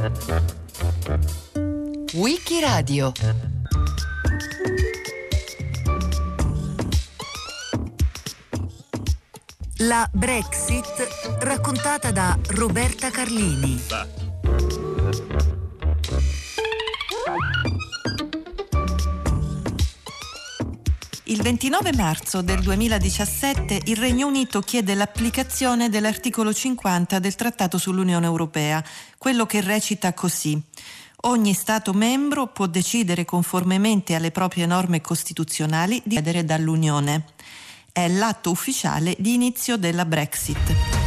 Wikiradio. La Brexit raccontata da Roberta Carlini. Il 29 marzo del 2017 il Regno Unito chiede l'applicazione dell'articolo 50 del Trattato sull'Unione Europea, quello che recita così: ogni Stato membro può decidere conformemente alle proprie norme costituzionali di cedere dall'Unione. È l'atto ufficiale di inizio della Brexit.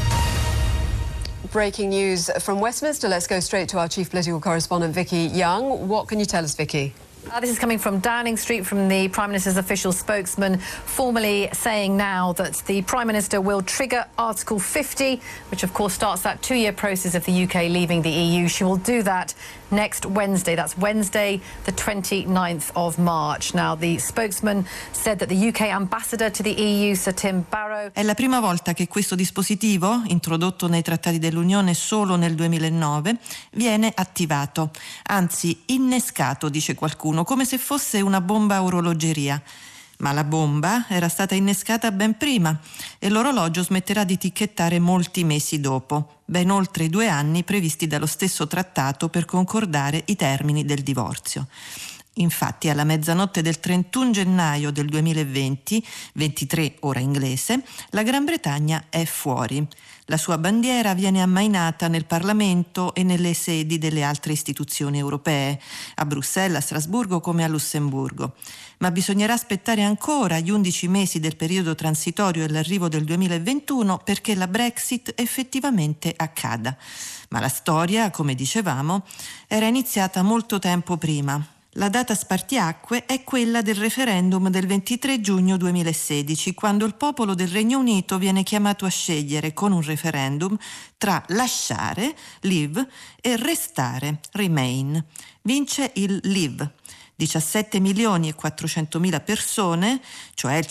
Breaking news from Westminster. Let's go straight to our chief political correspondent, Vicky Young. What can you tell us, Vicky? This is coming from Downing Street, from the Prime Minister's official spokesman, formally saying now that the Prime Minister will trigger Article 50, which of course starts that 2-year process of the UK leaving the EU. She will do that next Wednesday. That's Wednesday, the 29th of March. Now, the spokesman said that the UK ambassador to the EU, Sir Tim Barrow... È la prima volta che questo dispositivo, introdotto nei trattati dell'Unione solo nel 2009, viene attivato, anzi innescato, dice qualcuno, come se fosse una bomba a orologeria. Ma la bomba era stata innescata ben prima e l'orologio smetterà di ticchettare molti mesi dopo, ben oltre i 2 anni previsti dallo stesso trattato per concordare i termini del divorzio. Infatti, alla mezzanotte del 31 gennaio del 2020, 23 ora inglese, la Gran Bretagna è fuori. La sua bandiera viene ammainata nel Parlamento e nelle sedi delle altre istituzioni europee, a Bruxelles, a Strasburgo come a Lussemburgo. Ma bisognerà aspettare ancora gli 11 mesi del periodo transitorio e l'arrivo del 2021 perché la Brexit effettivamente accada. Ma la storia, come dicevamo, era iniziata molto tempo prima. La data spartiacque è quella del referendum del 23 giugno 2016, quando il popolo del Regno Unito viene chiamato a scegliere con un referendum tra lasciare, leave, e restare, remain. Vince il leave. 17 milioni e 400 mila persone, cioè il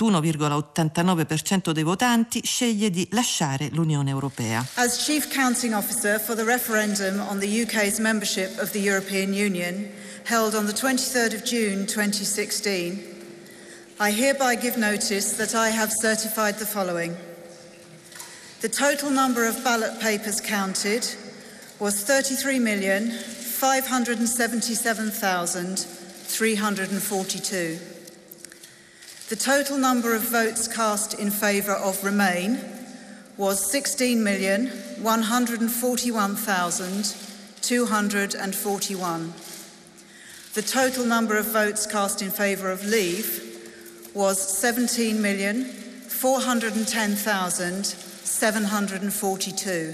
51,89% dei votanti, sceglie di lasciare l'Unione Europea. As Chief Counting Officer for the referendum on the UK's membership of the European Union, held on the 23rd of June 2016, I hereby give notice that I have certified the following. The total number of ballot papers counted was 33,577,342. The total number of votes cast in favour of Remain was 16,141,241. The total number of votes cast in favour of Leave was 17,410,742.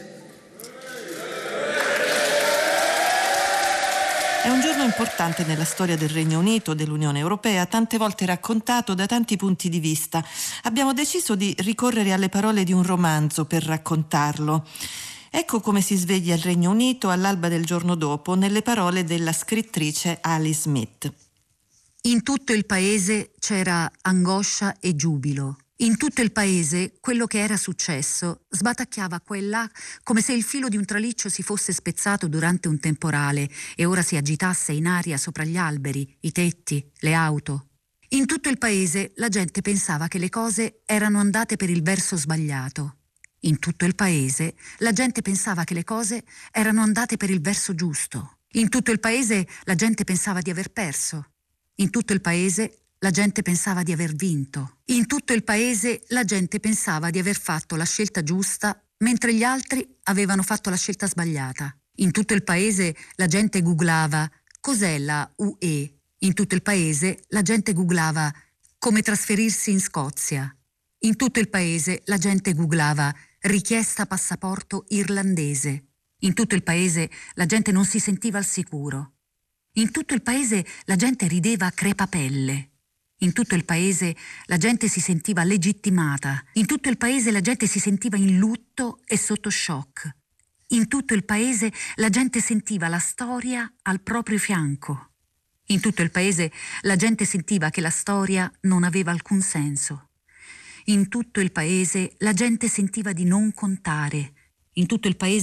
È un giorno importante nella storia del Regno Unito, dell'Unione Europea, tante volte raccontato da tanti punti di vista. Abbiamo deciso di ricorrere alle parole di un romanzo per raccontarlo. Ecco come si sveglia il Regno Unito all'alba del giorno dopo, nelle parole della scrittrice Alice Smith. In tutto il paese c'era angoscia e giubilo. In tutto il paese quello che era successo sbatacchiava qua e là come se il filo di un traliccio si fosse spezzato durante un temporale e ora si agitasse in aria sopra gli alberi, i tetti, le auto. In tutto il paese la gente pensava che le cose erano andate per il verso sbagliato. In tutto il paese la gente pensava che le cose erano andate per il verso giusto. In tutto il paese la gente pensava di aver perso. In tutto il paese la gente pensava di aver vinto. In tutto il paese la gente pensava di aver fatto la scelta giusta mentre gli altri avevano fatto la scelta sbagliata. In tutto il paese la gente googlava cos'è la UE. In tutto il paese la gente googlava come trasferirsi in Scozia. In tutto il paese la gente googlava richiesta passaporto irlandese. In tutto il paese la gente non si sentiva al sicuro. In tutto il paese la gente rideva a crepapelle. In tutto il paese la gente si sentiva legittimata. In tutto il paese la gente si sentiva in lutto e sotto shock. In tutto il paese la gente sentiva la storia al proprio fianco. In tutto il paese la gente sentiva che la storia non aveva alcun senso. In tutto il paese la gente sentiva di non contare. In tutto il paese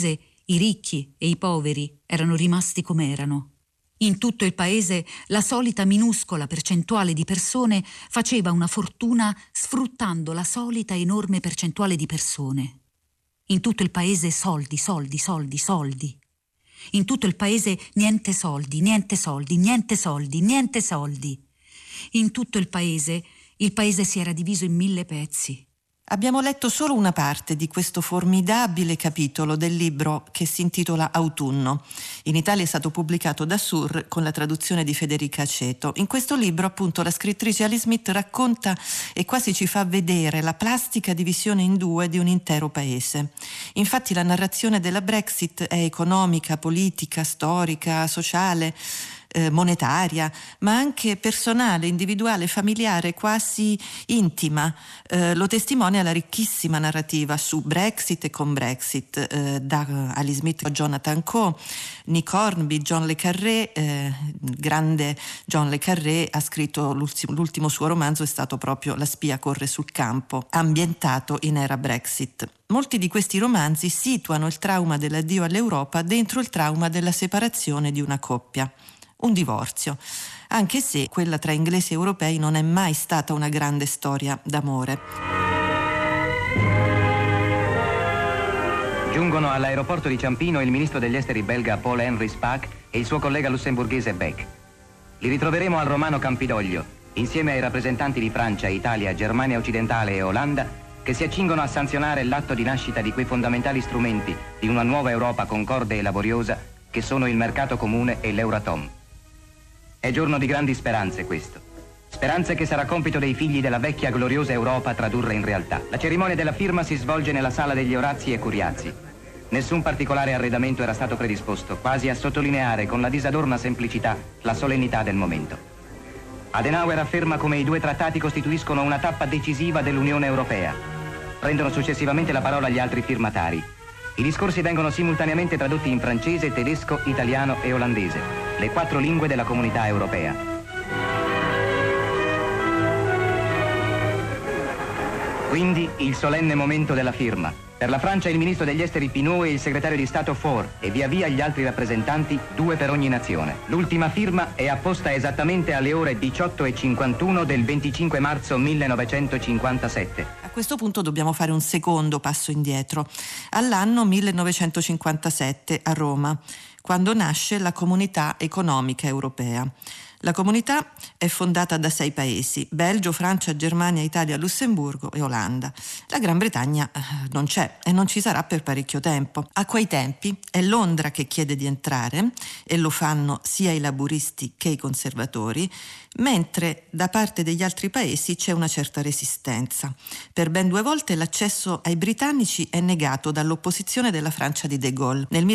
I ricchi e i poveri erano rimasti come erano. In tutto il paese la solita minuscola percentuale di persone faceva una fortuna sfruttando la solita enorme percentuale di persone. In tutto il paese soldi, soldi, soldi, soldi. In tutto il paese niente soldi, niente soldi, niente soldi, niente soldi. In tutto il paese si era diviso in 1000 pezzi. Abbiamo letto solo una parte di questo formidabile capitolo del libro che si intitola Autunno. In Italia è stato pubblicato da Sur con la traduzione di Federica Aceto. In questo libro, appunto, la scrittrice Alice Smith racconta e quasi ci fa vedere la plastica divisione in due di un intero paese. Infatti la narrazione della Brexit è economica, politica, storica, sociale, monetaria, ma anche personale, individuale, familiare, quasi intima. Lo testimonia la ricchissima narrativa su Brexit e con Brexit da Alice Smith a Jonathan Coe, Nick Hornby, John le Carré. Grande John le Carré ha scritto l'ultimo suo romanzo, è stato proprio La spia corre sul campo, ambientato in era Brexit. Molti di questi romanzi situano il trauma dell'addio all'Europa dentro il trauma della separazione di una coppia. Un divorzio, anche se quella tra inglesi e europei non è mai stata una grande storia d'amore. Giungono all'aeroporto di Ciampino il ministro degli esteri belga Paul-Henri Spaak e il suo collega lussemburghese Beck. Li ritroveremo al Romano Campidoglio, insieme ai rappresentanti di Francia, Italia, Germania occidentale e Olanda, che si accingono a sanzionare l'atto di nascita di quei fondamentali strumenti di una nuova Europa concorde e laboriosa che sono il mercato comune e l'Euratom. È giorno di grandi speranze questo. Speranze che sarà compito dei figli della vecchia gloriosa Europa tradurre in realtà. La cerimonia della firma si svolge nella sala degli Orazi e Curiazi. Nessun particolare arredamento era stato predisposto, quasi a sottolineare con la disadorna semplicità la solennità del momento. Adenauer afferma come i due trattati costituiscono una tappa decisiva dell'Unione Europea. Prendono successivamente la parola gli altri firmatari. I discorsi vengono simultaneamente tradotti in francese, tedesco, italiano e olandese, le 4 lingue della comunità europea. Quindi il solenne momento della firma. Per la Francia il ministro degli esteri Pinot e il segretario di Stato Faure e via via gli altri rappresentanti, 2 per ogni nazione. L'ultima firma è apposta esattamente alle ore 18:51 del 25 marzo 1957. A questo punto dobbiamo fare un secondo passo indietro, all'anno 1957 a Roma, quando nasce la Comunità Economica Europea. La comunità è fondata da 6 paesi: Belgio, Francia, Germania, Italia, Lussemburgo e Olanda. La Gran Bretagna non c'è e non ci sarà per parecchio tempo. A quei tempi è Londra che chiede di entrare, e lo fanno sia i laburisti che i conservatori, mentre da parte degli altri paesi c'è una certa resistenza. Per ben 2 volte l'accesso ai britannici è negato dall'opposizione della Francia di De Gaulle. Nel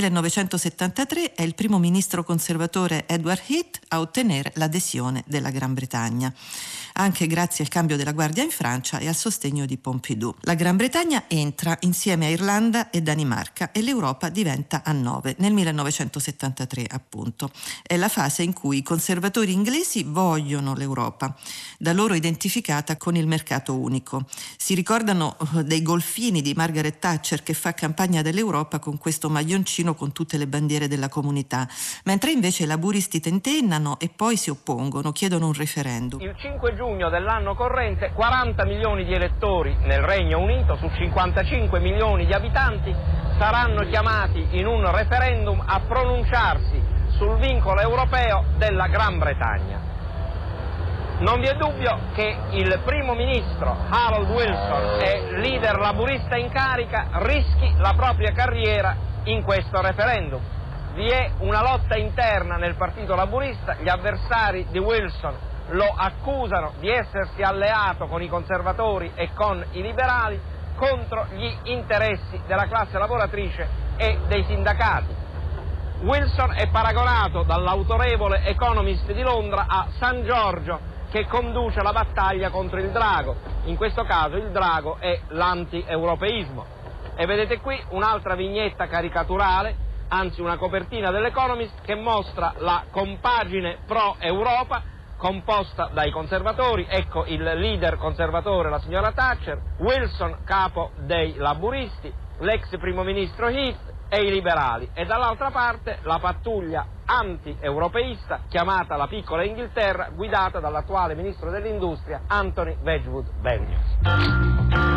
1973 è il primo ministro conservatore Edward Heath a ottenere l'adesione della Gran Bretagna, anche grazie al cambio della guardia in Francia e al sostegno di Pompidou. La Gran Bretagna entra insieme a Irlanda e Danimarca e l'Europa diventa a 9 nel 1973, appunto. È la fase in cui i conservatori inglesi vogliono l'Europa, da loro identificata con il mercato unico. Si ricordano dei golfini di Margaret Thatcher che fa campagna dell'Europa con questo maglioncino con tutte le bandiere della comunità, mentre invece i laburisti tentennano e poi si oppongono, chiedono un referendum. Il 5 giugno dell'anno corrente 40 milioni di elettori nel Regno Unito su 55 milioni di abitanti saranno chiamati in un referendum a pronunciarsi sul vincolo europeo della Gran Bretagna. Non vi è dubbio che il primo ministro Harold Wilson e leader laburista in carica rischi la propria carriera in questo referendum. Vi è una lotta interna nel partito laburista, gli avversari di Wilson lo accusano di essersi alleato con i conservatori e con i liberali contro gli interessi della classe lavoratrice e dei sindacati. Wilson è paragonato dall'autorevole Economist di Londra a San Giorgio che conduce la battaglia contro il drago. In questo caso il drago è l'anti-europeismo. E vedete qui un'altra vignetta caricaturale, anzi una copertina dell'Economist, che mostra la compagine pro-Europa composta dai conservatori. Ecco il leader conservatore, la signora Thatcher, Wilson, capo dei laburisti, l'ex primo ministro Heath, e i liberali, e dall'altra parte la pattuglia anti-europeista chiamata la Piccola Inghilterra, guidata dall'attuale ministro dell'Industria Anthony Wedgwood Bennion.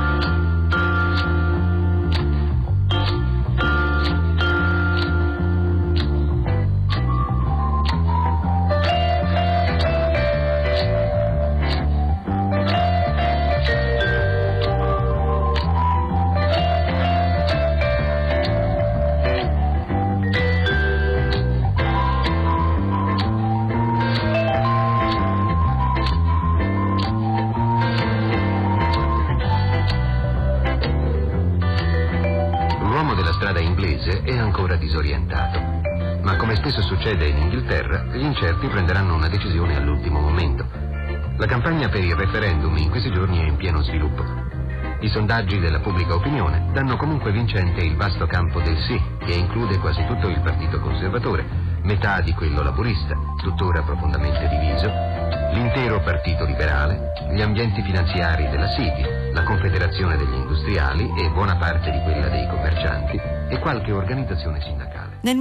È ancora disorientato, ma come spesso succede in Inghilterra, gli incerti prenderanno una decisione all'ultimo momento. La campagna per il referendum in questi giorni è in pieno sviluppo. I sondaggi della pubblica opinione danno comunque vincente il vasto campo del sì, che include quasi tutto il partito conservatore, metà di quello laburista, tuttora profondamente diviso, l'intero partito liberale, gli ambienti finanziari della City, la Confederazione degli Industriali e buona parte di quella dei commercianti e qualche organizzazione sindacale. Nel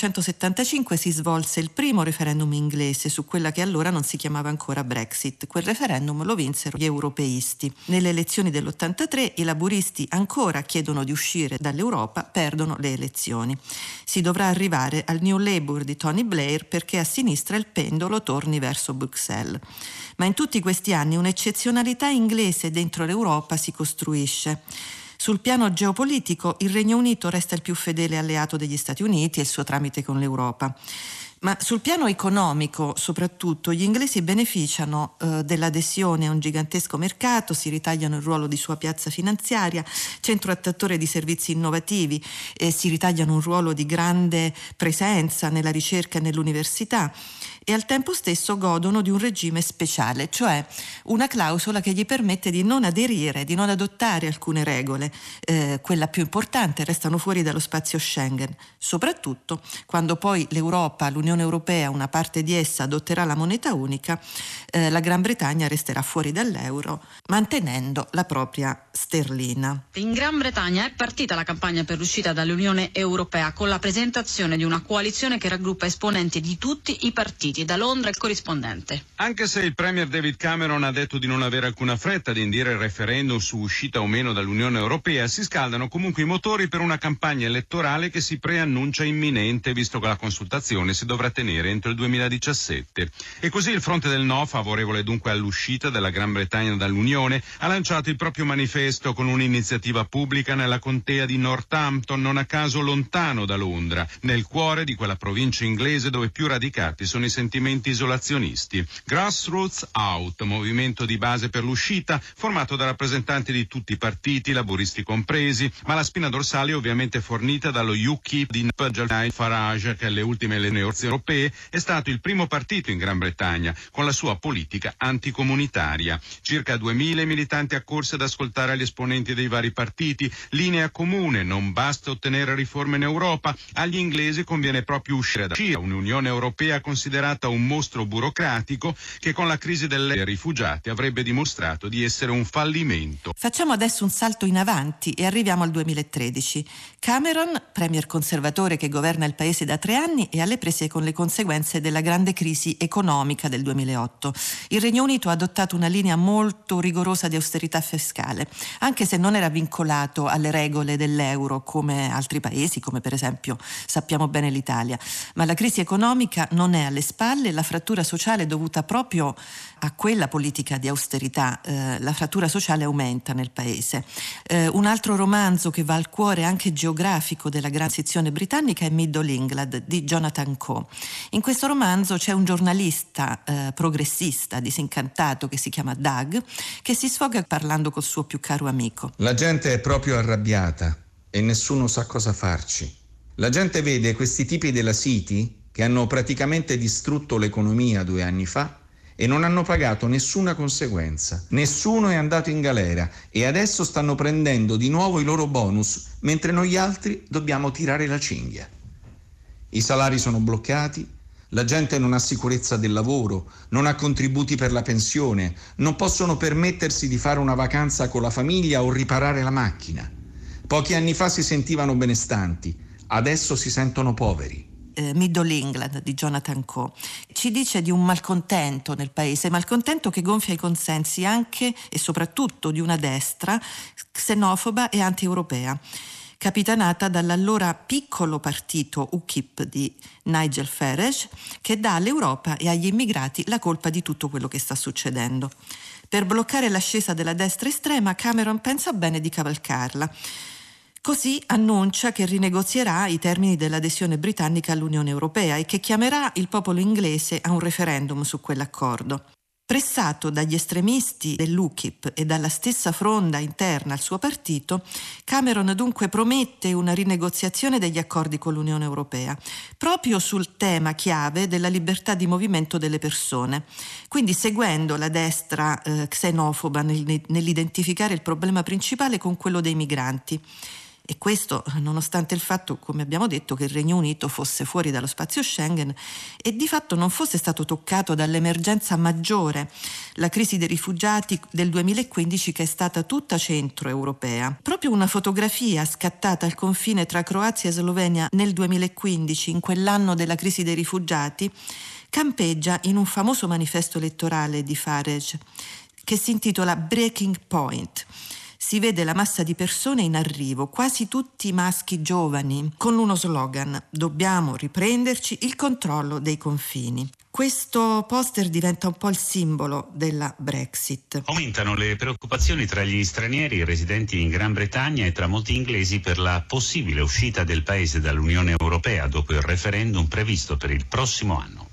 1975 si svolse il primo referendum inglese su quella che allora non si chiamava ancora Brexit. Quel referendum lo vinsero gli europeisti. Nelle elezioni dell'83 i laburisti ancora chiedono di uscire dall'Europa, perdono le elezioni. Si dovrà arrivare al New Labour di Tony Blair perché a sinistra il pendolo torni verso Bruxelles. Ma in tutti questi anni un'eccezionalità inglese dentro l'Europa si costruisce. Sul piano geopolitico il Regno Unito resta il più fedele alleato degli Stati Uniti e il suo tramite con l'Europa. Ma sul piano economico, soprattutto, gli inglesi beneficiano dell'adesione a un gigantesco mercato, si ritagliano il ruolo di sua piazza finanziaria, centro attrattore di servizi innovativi, si ritagliano un ruolo di grande presenza nella ricerca e nell'università e al tempo stesso godono di un regime speciale, cioè una clausola che gli permette di non aderire, di non adottare alcune regole, quella più importante, restano fuori dallo spazio Schengen, soprattutto quando poi l'Europa, l'Unione Europea, una parte di essa adotterà la moneta unica, la Gran Bretagna resterà fuori dall'euro, mantenendo la propria sterlina. In Gran Bretagna è partita la campagna per l'uscita dall'Unione Europea con la presentazione di una coalizione che raggruppa esponenti di tutti i partiti. Da Londra il corrispondente. Anche se il premier David Cameron ha detto di non avere alcuna fretta di indire il referendum su uscita o meno dall'Unione Europea, si scaldano comunque i motori per una campagna elettorale che si preannuncia imminente, visto che la consultazione si dovrà tenere entro il 2017. E così il fronte del no, favorevole dunque all'uscita della Gran Bretagna dall'Unione, ha lanciato il proprio manifesto con un'iniziativa pubblica nella contea di Northampton, non a caso lontano da Londra, nel cuore di quella provincia inglese dove più radicati sono i sentimenti isolazionisti. Grassroots Out, movimento di base per l'uscita, formato da rappresentanti di tutti i partiti, laburisti compresi, ma la spina dorsale è ovviamente fornita dallo UKIP di Nigel Farage, che alle ultime elezioni europee è stato il primo partito in Gran Bretagna con la sua politica anticomunitaria. Circa 2000 militanti accorsi ad ascoltare gli esponenti dei vari partiti, linea comune, non basta ottenere riforme in Europa, agli inglesi conviene proprio uscire da un'Unione Europea considerata un mostro burocratico che con la crisi dei rifugiati avrebbe dimostrato di essere un fallimento. Facciamo adesso un salto in avanti e arriviamo al 2013. Cameron, premier conservatore che governa il paese da 3 anni, è alle prese con le conseguenze della grande crisi economica del 2008. Il Regno Unito ha adottato una linea molto rigorosa di austerità fiscale, anche se non era vincolato alle regole dell'euro come altri paesi, come per esempio sappiamo bene l'Italia. Ma la crisi economica non è alle spalle, la frattura sociale dovuta proprio a quella politica di austerità, la frattura sociale aumenta nel paese. Un altro romanzo che va al cuore anche geografico della gran sezione britannica è Middle England di Jonathan Coe. In questo romanzo c'è un giornalista progressista disincantato che si chiama Doug, che si sfoga parlando col suo più caro amico. La gente è proprio arrabbiata e nessuno sa cosa farci. La gente vede questi tipi della City che hanno praticamente distrutto l'economia 2 anni fa e non hanno pagato nessuna conseguenza. Nessuno è andato in galera e adesso stanno prendendo di nuovo i loro bonus, mentre noi altri dobbiamo tirare la cinghia. I salari sono bloccati, la gente non ha sicurezza del lavoro, non ha contributi per la pensione, non possono permettersi di fare una vacanza con la famiglia o riparare la macchina. Pochi anni fa si sentivano benestanti, adesso si sentono poveri. Middle England di Jonathan Coe ci dice di un malcontento nel paese, malcontento che gonfia i consensi anche e soprattutto di una destra xenofoba e anti-europea, capitanata dall'allora piccolo partito UKIP di Nigel Farage, che dà all'Europa e agli immigrati la colpa di tutto quello che sta succedendo. Per bloccare l'ascesa della destra estrema, Cameron pensa bene di cavalcarla. Così annuncia che rinegozierà i termini dell'adesione britannica all'Unione Europea e che chiamerà il popolo inglese a un referendum su quell'accordo. Pressato dagli estremisti dell'UKIP e dalla stessa fronda interna al suo partito, Cameron dunque promette una rinegoziazione degli accordi con l'Unione Europea, proprio sul tema chiave della libertà di movimento delle persone, quindi seguendo la destra xenofoba nell'identificare il problema principale con quello dei migranti. E questo nonostante il fatto, come abbiamo detto, che il Regno Unito fosse fuori dallo spazio Schengen e di fatto non fosse stato toccato dall'emergenza maggiore, la crisi dei rifugiati del 2015, che è stata tutta centroeuropea. Proprio una fotografia scattata al confine tra Croazia e Slovenia nel 2015, in quell'anno della crisi dei rifugiati, campeggia in un famoso manifesto elettorale di Farage che si intitola Breaking Point. Si vede la massa di persone in arrivo, quasi tutti maschi giovani, con uno slogan: dobbiamo riprenderci il controllo dei confini. Questo poster diventa un po' il simbolo della Brexit. Aumentano le preoccupazioni tra gli stranieri residenti in Gran Bretagna e tra molti inglesi per la possibile uscita del paese dall'Unione Europea dopo il referendum previsto per il prossimo anno.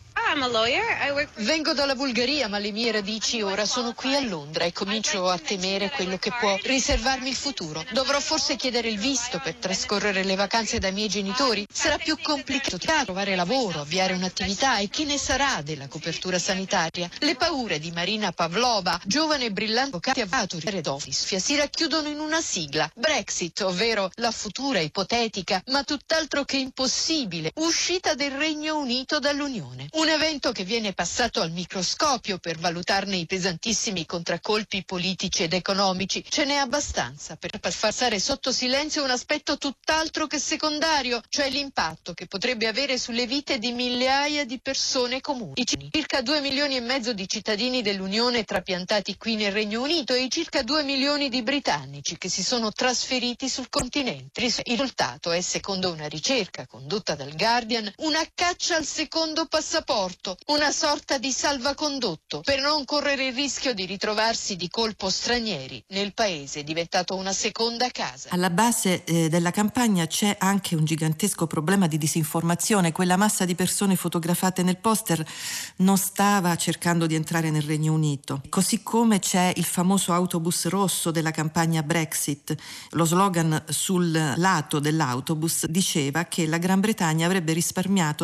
Vengo dalla Bulgaria, ma le mie radici ora sono qui a Londra e comincio a temere quello che può riservarmi il futuro. Dovrò forse chiedere il visto per trascorrere le vacanze dai miei genitori. Sarà più complicato trovare lavoro, avviare un'attività, e chi ne sarà della copertura sanitaria? Le paure di Marina Pavlova, giovane e brillante avvocato ed office, si racchiudono in una sigla: Brexit, ovvero la futura ipotetica, ma tutt'altro che impossibile, uscita del Regno Unito dall'Unione. Un evento che viene passato al microscopio per valutarne i pesantissimi contraccolpi politici ed economici. Ce n'è abbastanza per passare sotto silenzio un aspetto tutt'altro che secondario, cioè l'impatto che potrebbe avere sulle vite di migliaia di persone comuni. I circa 2 milioni e mezzo di cittadini dell'Unione trapiantati qui nel Regno Unito e i circa 2 milioni di britannici che si sono trasferiti sul continente. Il risultato è, secondo una ricerca condotta dal Guardian, una caccia al secondo passaporto, una sorta di salvacondotto per non correre il rischio di ritrovarsi di colpo stranieri nel paese diventato una seconda casa. Alla base della campagna c'è anche un gigantesco problema di disinformazione. Quella massa di persone fotografate nel poster non stava cercando di entrare nel Regno Unito, così come c'è il famoso autobus rosso della campagna Brexit. Lo slogan sul lato dell'autobus diceva che la Gran Bretagna avrebbe risparmiato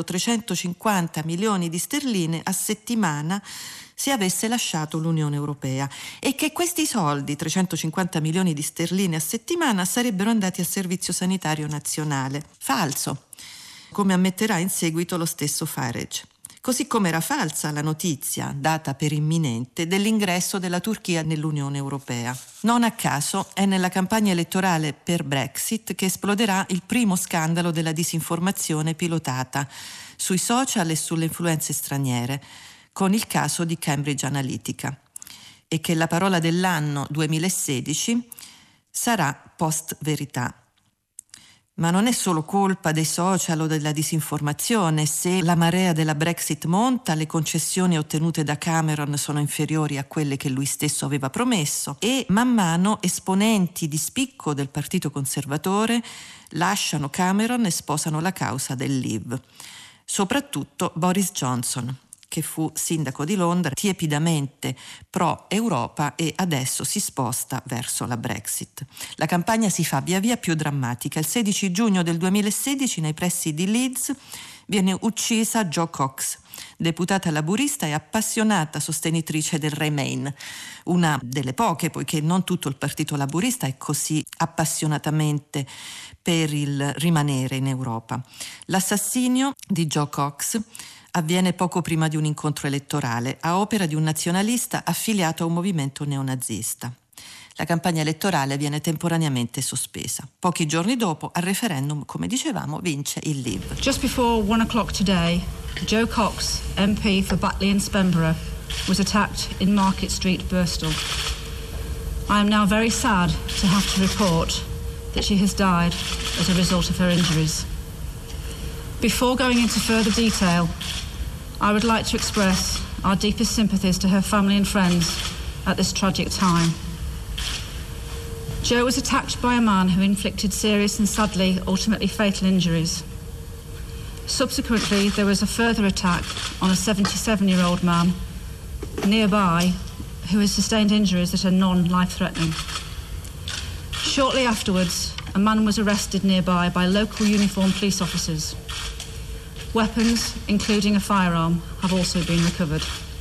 350 milioni di sterline a settimana se avesse lasciato l'Unione Europea, e che questi soldi, 350 milioni di sterline a settimana, sarebbero andati al Servizio Sanitario Nazionale. Falso, come ammetterà in seguito lo stesso Farage. Così come era falsa la notizia, data per imminente, dell'ingresso della Turchia nell'Unione Europea. Non a caso è nella campagna elettorale per Brexit che esploderà il primo scandalo della disinformazione pilotata sui social e sulle influenze straniere, con il caso di Cambridge Analytica, e che la parola dell'anno 2016 sarà post-verità. Ma non è solo colpa dei social o della disinformazione se la marea della Brexit monta, le concessioni ottenute da Cameron sono inferiori a quelle che lui stesso aveva promesso e man mano esponenti di spicco del Partito Conservatore lasciano Cameron e sposano la causa del Leave. Soprattutto Boris Johnson, che fu sindaco di Londra, tiepidamente pro-Europa e adesso si sposta verso la Brexit. La campagna si fa via via più drammatica. Il 16 giugno del 2016 nei pressi di Leeds viene uccisa Jo Cox, deputata laburista e appassionata sostenitrice del Remain, una delle poche, poiché non tutto il partito laburista è così appassionatamente per il rimanere in Europa. L'assassinio di Jo Cox avviene poco prima di un incontro elettorale a opera di un nazionalista affiliato a un movimento neonazista. La campagna elettorale viene temporaneamente sospesa. Pochi giorni dopo, al referendum, come dicevamo, vince il Leave. Just before 1 o'clock today, Joe Cox, MP for Batley and Spenborough, was attacked in Market Street, Birstall. I am now very sad to have to report that she has died as a result of her injuries. Before going into further detail, I would like to express our deepest sympathies to her family and friends at this tragic time. Joe was attacked by a man who inflicted serious and sadly ultimately fatal injuries. Subsequently, there was a further attack on a 77-year-old man nearby who has sustained injuries that are non-life-threatening. Shortly afterwards, a man was arrested nearby by local uniformed police officers. Weapons, including a firearm, have also been recovered.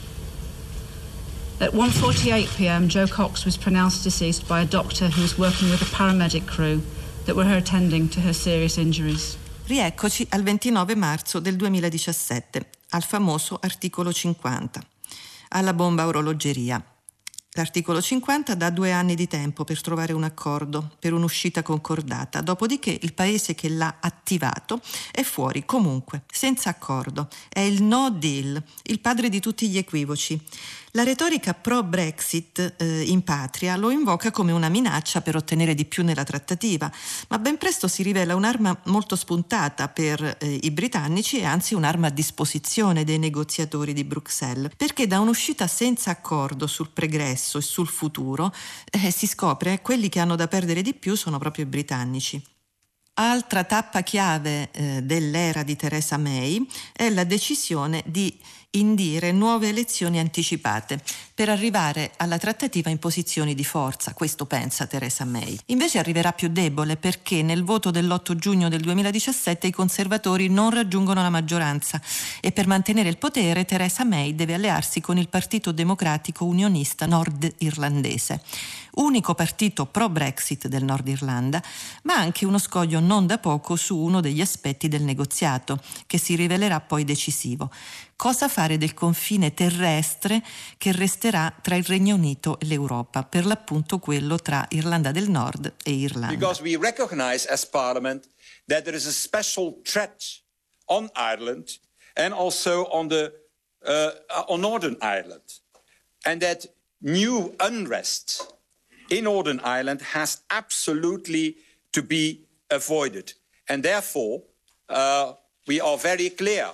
At 1:48 p.m, Joe Cox was pronounced deceased by a doctor who was working with a paramedic crew that were attending to her serious injuries. Rieccoci al 29 marzo del 2017, al famoso articolo 50, alla bomba orologeria. L'articolo 50 dà 2 anni di tempo per trovare un accordo, per un'uscita concordata, dopodiché il paese che l'ha attivato è fuori comunque, senza accordo. È il no deal, il padre di tutti gli equivoci. La retorica pro-Brexit in patria lo invoca come una minaccia per ottenere di più nella trattativa, ma ben presto si rivela un'arma molto spuntata per i britannici e anzi un'arma a disposizione dei negoziatori di Bruxelles, perché da un'uscita senza accordo sul pregresso e sul futuro si scopre che quelli che hanno da perdere di più sono proprio i britannici. Altra tappa chiave dell'era di Theresa May è la decisione di indire nuove elezioni anticipate per arrivare alla trattativa in posizioni di forza, questo pensa Theresa May. Invece arriverà più debole perché nel voto dell'8 giugno del 2017 i conservatori non raggiungono la maggioranza e per mantenere il potere Theresa May deve allearsi con il Partito Democratico Unionista nordirlandese, unico partito pro-Brexit del Nord Irlanda, ma anche uno scoglio non da poco su uno degli aspetti del negoziato, che si rivelerà poi decisivo. Cosa fare del confine terrestre che resterà tra il Regno Unito e l'Europa, per l'appunto quello tra Irlanda del Nord e Irlanda. Because we recognize as Parliament that there is a special threat on Ireland and also on Northern Ireland, and that new unrest in Northern Ireland has absolutely to be avoided. And therefore, we are very clear.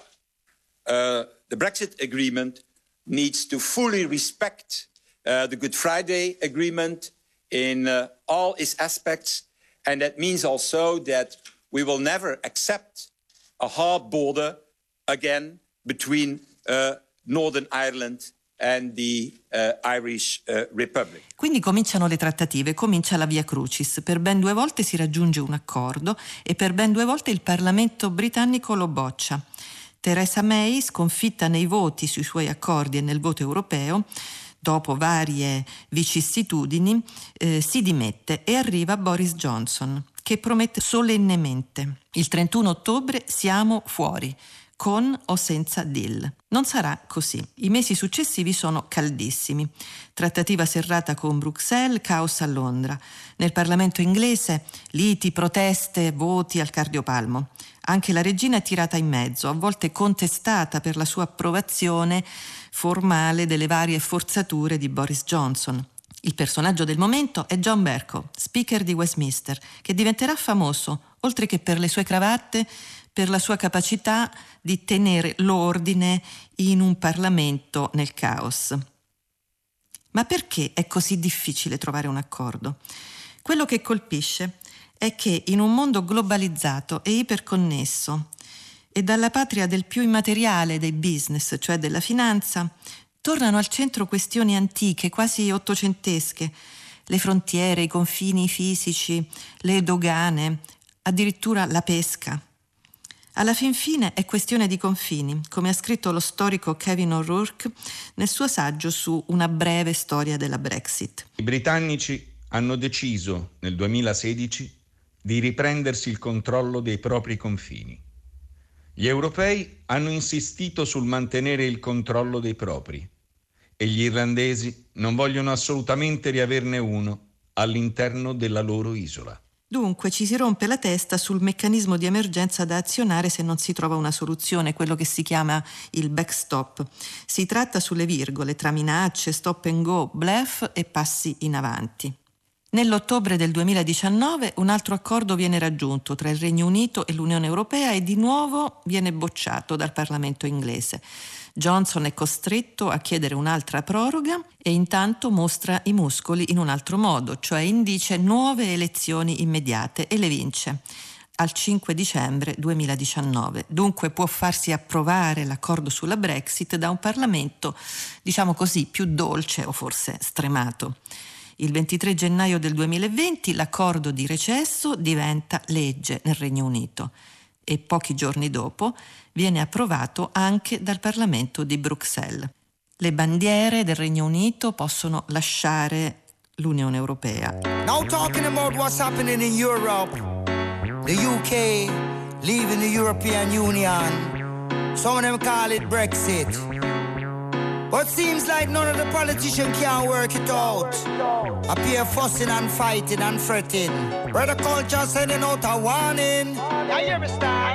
The Brexit agreement needs to fully respect the Good Friday Agreement in all its aspects, and that means also that we will never accept a hard border again between Northern Ireland and the Irish Republic. Quindi cominciano le trattative, comincia la via crucis. Per ben 2 volte si raggiunge un accordo e per ben 2 volte il Parlamento britannico lo boccia. Theresa May, sconfitta nei voti sui suoi accordi e nel voto europeo, dopo varie vicissitudini, si dimette e arriva Boris Johnson, che promette solennemente: il 31 ottobre siamo fuori, con o senza deal. Non sarà così. I mesi successivi sono caldissimi. Trattativa serrata con Bruxelles, caos a Londra. Nel Parlamento inglese liti, proteste, voti al cardiopalmo. Anche la regina è tirata in mezzo, a volte contestata per la sua approvazione formale delle varie forzature di Boris Johnson. Il personaggio del momento è John Bercow, speaker di Westminster, che diventerà famoso, oltre che per le sue cravatte, per la sua capacità di tenere l'ordine in un Parlamento nel caos. Ma perché è così difficile trovare un accordo? Quello che colpisce è che in un mondo globalizzato e iperconnesso e dalla patria del più immateriale dei business, cioè della finanza, tornano al centro questioni antiche, quasi ottocentesche, le frontiere, i confini fisici, le dogane, addirittura la pesca. Alla fin fine è questione di confini, come ha scritto lo storico Kevin O'Rourke nel suo saggio su Una breve storia della Brexit. I britannici hanno deciso nel 2016 di riprendersi il controllo dei propri confini. Gli europei hanno insistito sul mantenere il controllo dei propri e gli irlandesi non vogliono assolutamente riaverne uno, all'interno della loro isola. Dunque ci si rompe la testa sul meccanismo di emergenza da azionare se non si trova una soluzione, quello che si chiama il backstop. Si tratta sulle virgole tra minacce, stop and go, bluff e passi in avanti. Nell'ottobre del 2019 un altro accordo viene raggiunto tra il Regno Unito e l'Unione Europea e di nuovo viene bocciato dal Parlamento inglese. Johnson è costretto a chiedere un'altra proroga e intanto mostra i muscoli in un altro modo, cioè indice nuove elezioni immediate e le vince al 5 dicembre 2019. Dunque può farsi approvare l'accordo sulla Brexit da un Parlamento, diciamo così, più dolce o forse stremato. Il 23 gennaio del 2020 l'accordo di recesso diventa legge nel Regno Unito e pochi giorni dopo viene approvato anche dal Parlamento di Bruxelles. Le bandiere del Regno Unito possono lasciare l'Unione Europea. Now talking about what's happening in Europe, the UK leaving the European Union. Some of them call it Brexit. But seems like none of the politicians can work it out. Appear fussing and fighting and fretting. Brother culture sending out a warning. I hear me start.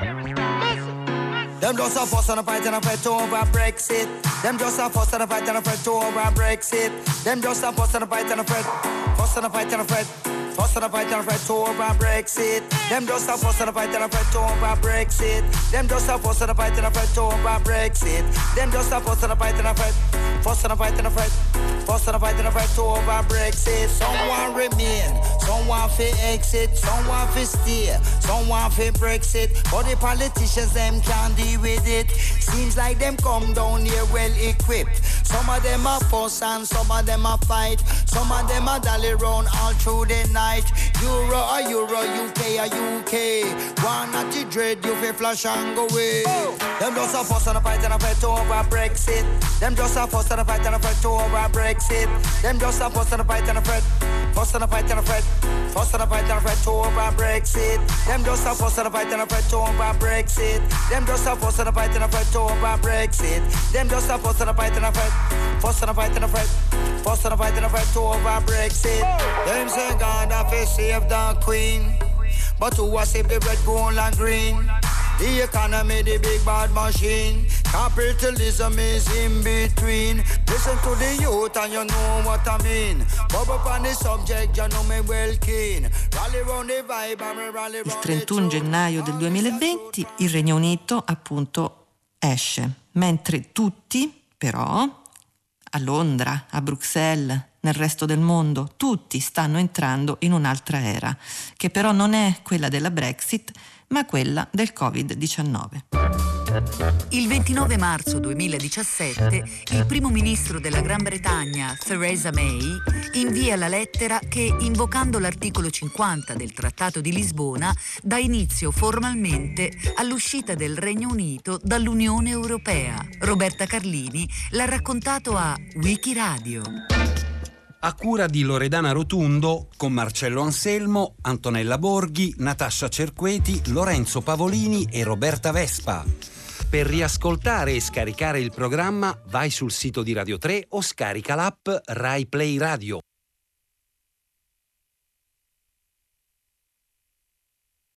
Them just a fuss and a fight and a fret over Brexit. Them just a fuss and a fight and a fret over Brexit. Them just a fuss and a fight and a fret. Fuss and a fight and a fret. Fuss and a fight and a fret over Brexit. Them just a fuss and a fight and a fret over Brexit. Them just a fuss and a fight and a fret over Brexit. Them just a fuss and a fight and a fret. Fuss and a fight and a fret. Fuss and a fight and a fret over Brexit. Someone remain, someone fi exit, someone fi stay, someone fi Brexit. But the politicians them can't deal with it. Seems like them come down here well equipped. Some of them are fuss and some of them are fight. Some of them are dally round all through the night. Euro or Euro, UK or UK. One at the dread, you fi flash and go away. Them just a fuss and a fight and a fight over Brexit. Them just a fuss and a fight and a fight over Brexit. Them just a fuss and a fight and a fight. Fuss and a fight and a fight. Fuss and a fight and a fight over Brexit. Them just a fuss and a fight and a fight over Brexit. Them just a fuss and a fight and a fight over Brexit. Them just a fuss and a fight and a fight. Fuss and a fight and a fight. Fuss and a fight and a fight over Brexit. Them say God have to save the Queen, but who was save the red, gold and green? The economy, the big bad machine. Capitalism is in between. Listen to the youth and you know what I mean. Bob up on the subject, you know me well keen. Rally round the vibe and me rally round. Il 31 gennaio del 2020 il Regno Unito appunto esce, mentre tutti però a Londra, a Bruxelles, nel resto del mondo, tutti stanno entrando in un'altra era, che però non è quella della Brexit, ma quella del Covid-19. Il 29 marzo 2017 il primo ministro della Gran Bretagna, Theresa May, invia la lettera che, invocando l'articolo 50 del Trattato di Lisbona, dà inizio formalmente all'uscita del Regno Unito dall'Unione Europea. Roberta Carlini l'ha raccontato a Wikiradio. A cura di Loredana Rotundo, con Marcello Anselmo, Antonella Borghi, Natascia Cerqueti, Lorenzo Pavolini e Roberta Vespa. Per riascoltare e scaricare il programma vai sul sito di Radio 3 o scarica l'app Rai Play Radio.